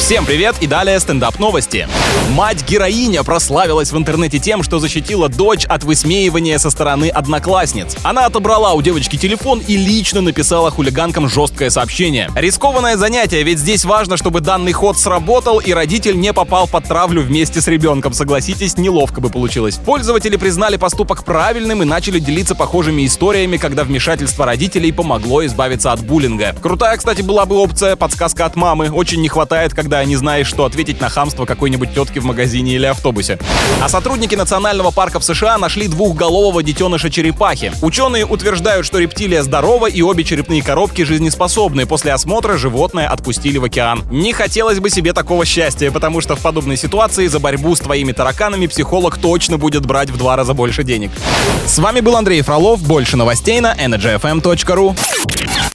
Всем привет и далее стендап-новости. Мать-героиня прославилась в интернете тем, что защитила дочь от высмеивания со стороны одноклассниц. Она отобрала у девочки телефон и лично написала хулиганкам жесткое сообщение. Рискованное занятие, ведь здесь важно, чтобы данный ход сработал и родитель не попал под травлю вместе с ребенком. Согласитесь, неловко бы получилось. Пользователи признали поступок правильным и начали делиться похожими историями, когда вмешательство родителей помогло избавиться от буллинга. Крутая, кстати, была бы опция подсказка от мамы. Очень не хватает, когда не знаешь, что ответить на хамство какой-нибудь тетки в магазине или автобусе. А сотрудники национального парка в США нашли двухголового детеныша черепахи. Ученые утверждают, что рептилия здорова и обе черепные коробки жизнеспособны. После осмотра животное отпустили в океан. Не хотелось бы себе такого счастья, потому что в подобной ситуации за борьбу с твоими тараканами психолог точно будет брать в 2 раза больше денег. С вами был Андрей Фролов. Больше новостей на energyfm.ru.